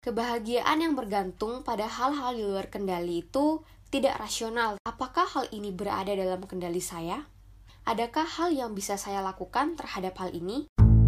Kebahagiaan yang bergantung pada hal-hal di luar kendali itu tidak rasional. Apakah hal ini berada dalam kendali saya? Adakah hal yang bisa saya lakukan terhadap hal ini?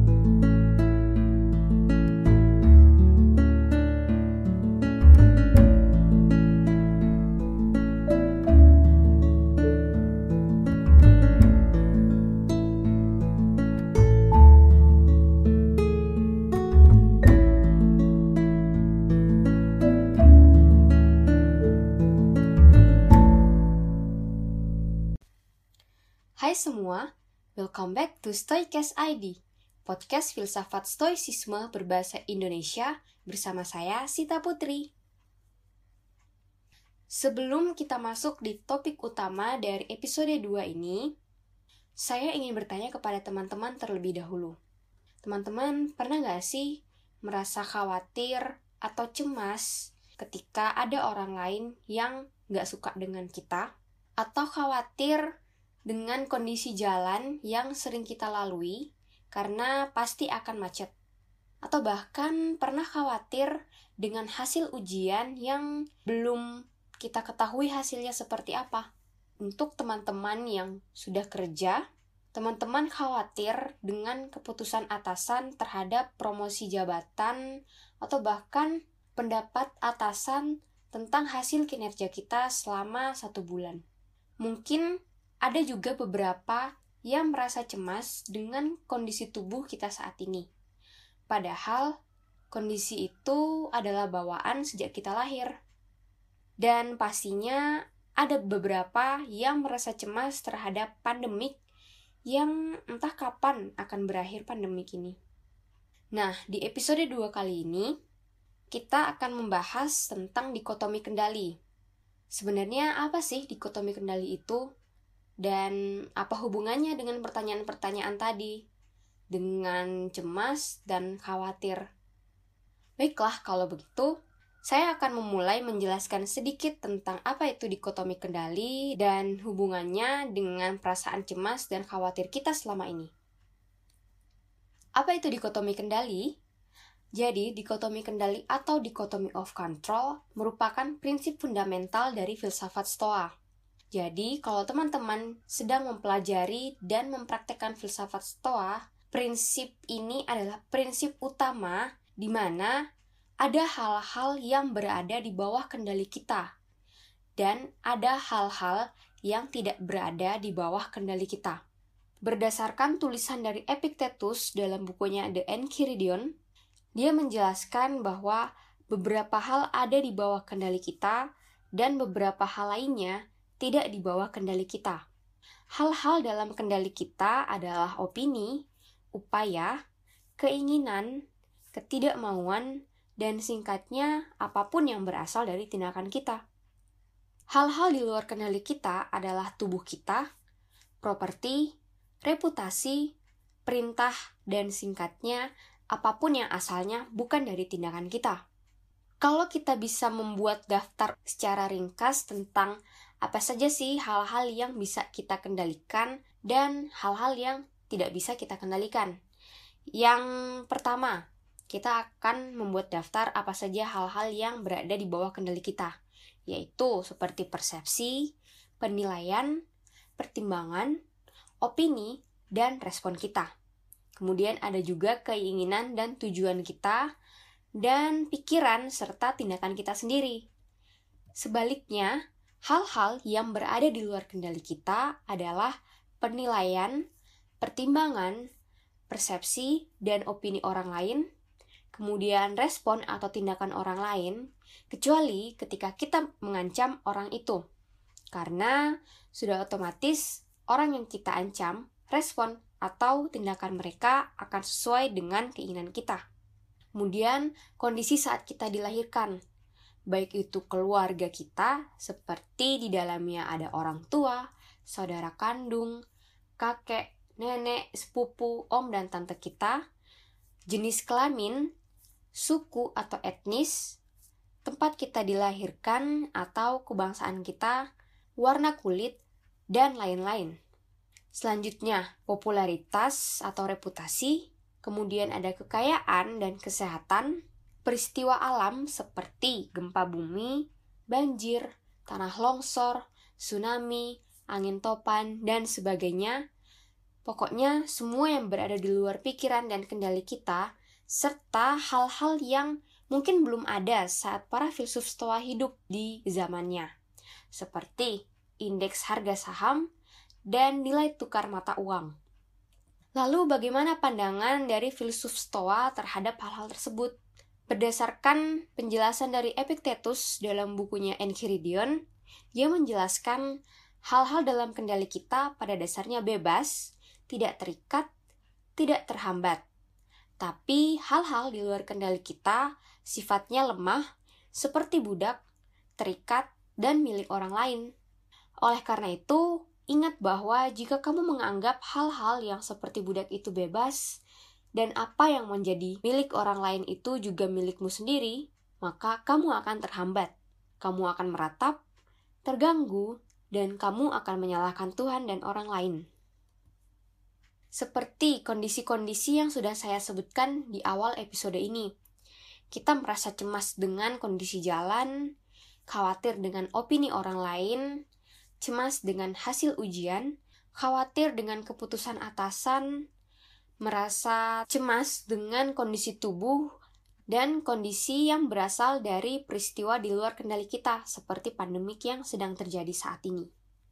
Hai semua, welcome back to Stoicast ID, podcast filsafat stoicisme berbahasa Indonesia bersama saya, Sita Putri. Sebelum kita masuk di topik utama dari episode 2 ini, saya ingin bertanya kepada teman-teman terlebih dahulu. Teman-teman pernah nggak sih merasa khawatir atau cemas ketika ada orang lain yang nggak suka dengan kita? Atau khawatir dengan kondisi jalan yang sering kita lalui karena pasti akan macet. Atau bahkan pernah khawatir dengan hasil ujian yang belum kita ketahui hasilnya seperti apa. Untuk teman-teman yang sudah kerja, teman-teman khawatir dengan keputusan atasan terhadap promosi jabatan atau bahkan pendapat atasan tentang hasil kinerja kita selama 1 bulan. Mungkin ada juga beberapa yang merasa cemas dengan kondisi tubuh kita saat ini. Padahal, kondisi itu adalah bawaan sejak kita lahir. Dan pastinya ada beberapa yang merasa cemas terhadap pandemik yang entah kapan akan berakhir pandemik ini. Nah, di episode 2 kali ini, kita akan membahas tentang dikotomi kendali. Sebenarnya apa sih dikotomi kendali itu? Dan apa hubungannya dengan pertanyaan-pertanyaan tadi? Dengan cemas dan khawatir. Baiklah, kalau begitu, saya akan memulai menjelaskan sedikit tentang apa itu dikotomi kendali dan hubungannya dengan perasaan cemas dan khawatir kita selama ini. Apa itu dikotomi kendali? Jadi, dikotomi kendali atau dikotomi of control merupakan prinsip fundamental dari filsafat Stoa. Jadi, kalau teman-teman sedang mempelajari dan mempraktekkan filsafat Stoa, prinsip ini adalah prinsip utama di mana ada hal-hal yang berada di bawah kendali kita dan ada hal-hal yang tidak berada di bawah kendali kita. Berdasarkan tulisan dari Epictetus dalam bukunya The Enchiridion, dia menjelaskan bahwa beberapa hal ada di bawah kendali kita dan beberapa hal lainnya tidak di bawah kendali kita. Hal-hal dalam kendali kita adalah opini, upaya, keinginan, ketidakmauan, dan singkatnya apapun yang berasal dari tindakan kita. Hal-hal di luar kendali kita adalah tubuh kita, properti, reputasi, perintah, dan singkatnya apapun yang asalnya bukan dari tindakan kita. Kalau kita bisa membuat daftar secara ringkas tentang apa saja sih hal-hal yang bisa kita kendalikan dan hal-hal yang tidak bisa kita kendalikan. Yang pertama, kita akan membuat daftar apa saja hal-hal yang berada di bawah kendali kita, yaitu seperti persepsi, penilaian, pertimbangan, opini, dan respon kita. Kemudian ada juga keinginan dan tujuan kita, dan pikiran serta tindakan kita sendiri. Sebaliknya, hal-hal yang berada di luar kendali kita adalah penilaian, pertimbangan, persepsi, dan opini orang lain, kemudian respon atau tindakan orang lain, kecuali ketika kita mengancam orang itu. Karena sudah otomatis orang yang kita ancam, respon atau tindakan mereka akan sesuai dengan keinginan kita. Kemudian, kondisi saat kita dilahirkan. Baik itu keluarga kita, seperti di dalamnya ada orang tua, saudara kandung, kakek, nenek, sepupu, om dan tante kita, jenis kelamin, suku atau etnis, tempat kita dilahirkan atau kebangsaan kita, warna kulit, dan lain-lain. Selanjutnya, popularitas atau reputasi, kemudian ada kekayaan dan kesehatan, peristiwa alam seperti gempa bumi, banjir, tanah longsor, tsunami, angin topan, dan sebagainya. Pokoknya semua yang berada di luar pikiran dan kendali kita, serta hal-hal yang mungkin belum ada saat para filsuf Stoa hidup di zamannya, seperti indeks harga saham dan nilai tukar mata uang. Lalu bagaimana pandangan dari filsuf Stoa terhadap hal-hal tersebut? Berdasarkan penjelasan dari Epictetus dalam bukunya Enchiridion, dia menjelaskan hal-hal dalam kendali kita pada dasarnya bebas, tidak terikat, tidak terhambat. Tapi hal-hal di luar kendali kita sifatnya lemah, seperti budak, terikat, dan milik orang lain. Oleh karena itu, ingat bahwa jika kamu menganggap hal-hal yang seperti budak itu bebas, dan apa yang menjadi milik orang lain itu juga milikmu sendiri, maka kamu akan terhambat, kamu akan meratap, terganggu, dan kamu akan menyalahkan Tuhan dan orang lain. Seperti kondisi-kondisi yang sudah saya sebutkan di awal episode ini, kita merasa cemas dengan kondisi jalan, khawatir dengan opini orang lain, cemas dengan hasil ujian, khawatir dengan keputusan atasan, merasa cemas dengan kondisi tubuh dan kondisi yang berasal dari peristiwa di luar kendali kita, seperti pandemik yang sedang terjadi saat ini.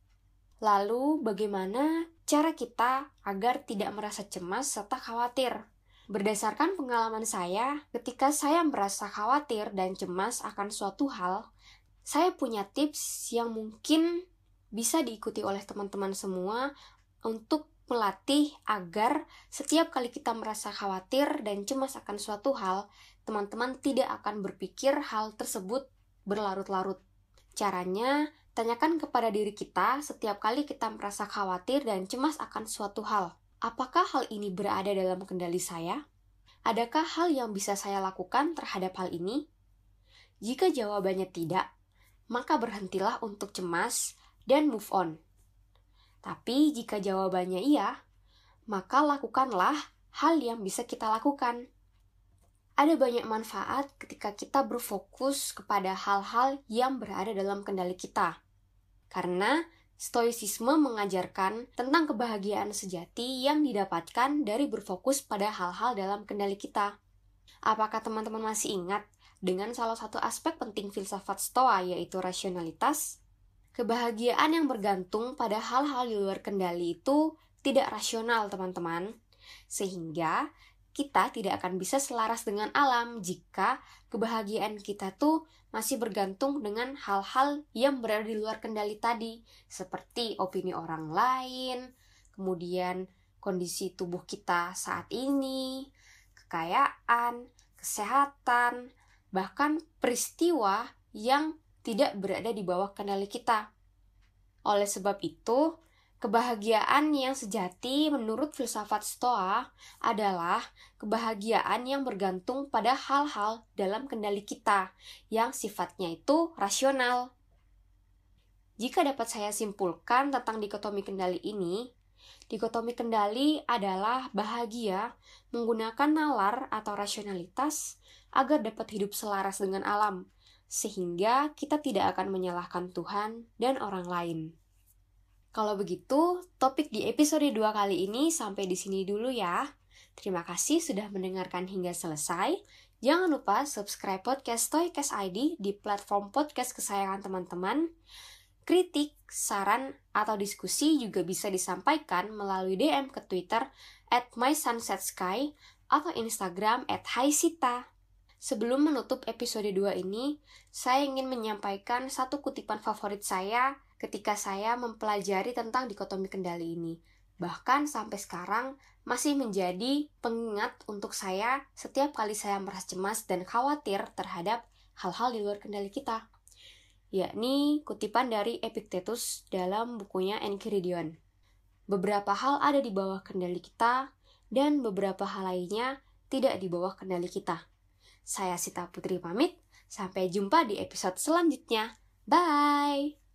Lalu, bagaimana cara kita agar tidak merasa cemas serta khawatir? Berdasarkan pengalaman saya, ketika saya merasa khawatir dan cemas akan suatu hal, saya punya tips yang mungkin bisa diikuti oleh teman-teman semua untuk melatih agar setiap kali kita merasa khawatir dan cemas akan suatu hal, teman-teman tidak akan berpikir hal tersebut berlarut-larut. Caranya, tanyakan kepada diri kita setiap kali kita merasa khawatir dan cemas akan suatu hal. Apakah hal ini berada dalam kendali saya? Adakah hal yang bisa saya lakukan terhadap hal ini? Jika jawabannya tidak, maka berhentilah untuk cemas dan move on. Tapi jika jawabannya iya, maka lakukanlah hal yang bisa kita lakukan. Ada banyak manfaat ketika kita berfokus kepada hal-hal yang berada dalam kendali kita. Karena Stoicisme mengajarkan tentang kebahagiaan sejati yang didapatkan dari berfokus pada hal-hal dalam kendali kita. Apakah teman-teman masih ingat dengan salah satu aspek penting filsafat Stoa, yaitu rasionalitas? Kebahagiaan yang bergantung pada hal-hal di luar kendali itu tidak rasional, teman-teman. Sehingga kita tidak akan bisa selaras dengan alam jika kebahagiaan kita tuh masih bergantung dengan hal-hal yang berada di luar kendali tadi, seperti opini orang lain, kemudian kondisi tubuh kita saat ini, kekayaan, kesehatan, bahkan peristiwa yang tidak berada di bawah kendali kita. Oleh sebab itu, kebahagiaan yang sejati menurut filsafat Stoa adalah kebahagiaan yang bergantung pada hal-hal dalam kendali kita, yang sifatnya itu rasional. Jika dapat saya simpulkan tentang dikotomi kendali ini, dikotomi kendali adalah bahagia menggunakan nalar atau rasionalitas agar dapat hidup selaras dengan alam, sehingga kita tidak akan menyalahkan Tuhan dan orang lain. Kalau begitu, topik di episode 2 kali ini sampai di sini dulu ya. Terima kasih sudah mendengarkan hingga selesai. Jangan lupa subscribe podcast Stoicast ID di platform podcast kesayangan teman-teman. Kritik, saran, atau diskusi juga bisa disampaikan melalui DM ke Twitter @mysunsetsky atau Instagram @haisita. Sebelum menutup episode 2 ini, saya ingin menyampaikan satu kutipan favorit saya ketika saya mempelajari tentang dikotomi kendali ini. Bahkan sampai sekarang masih menjadi pengingat untuk saya setiap kali saya merasa cemas dan khawatir terhadap hal-hal di luar kendali kita. Yakni kutipan dari Epictetus dalam bukunya Enchiridion. Beberapa hal ada di bawah kendali kita, dan beberapa hal lainnya tidak di bawah kendali kita. Saya Sita Putri pamit, sampai jumpa di episode selanjutnya. Bye!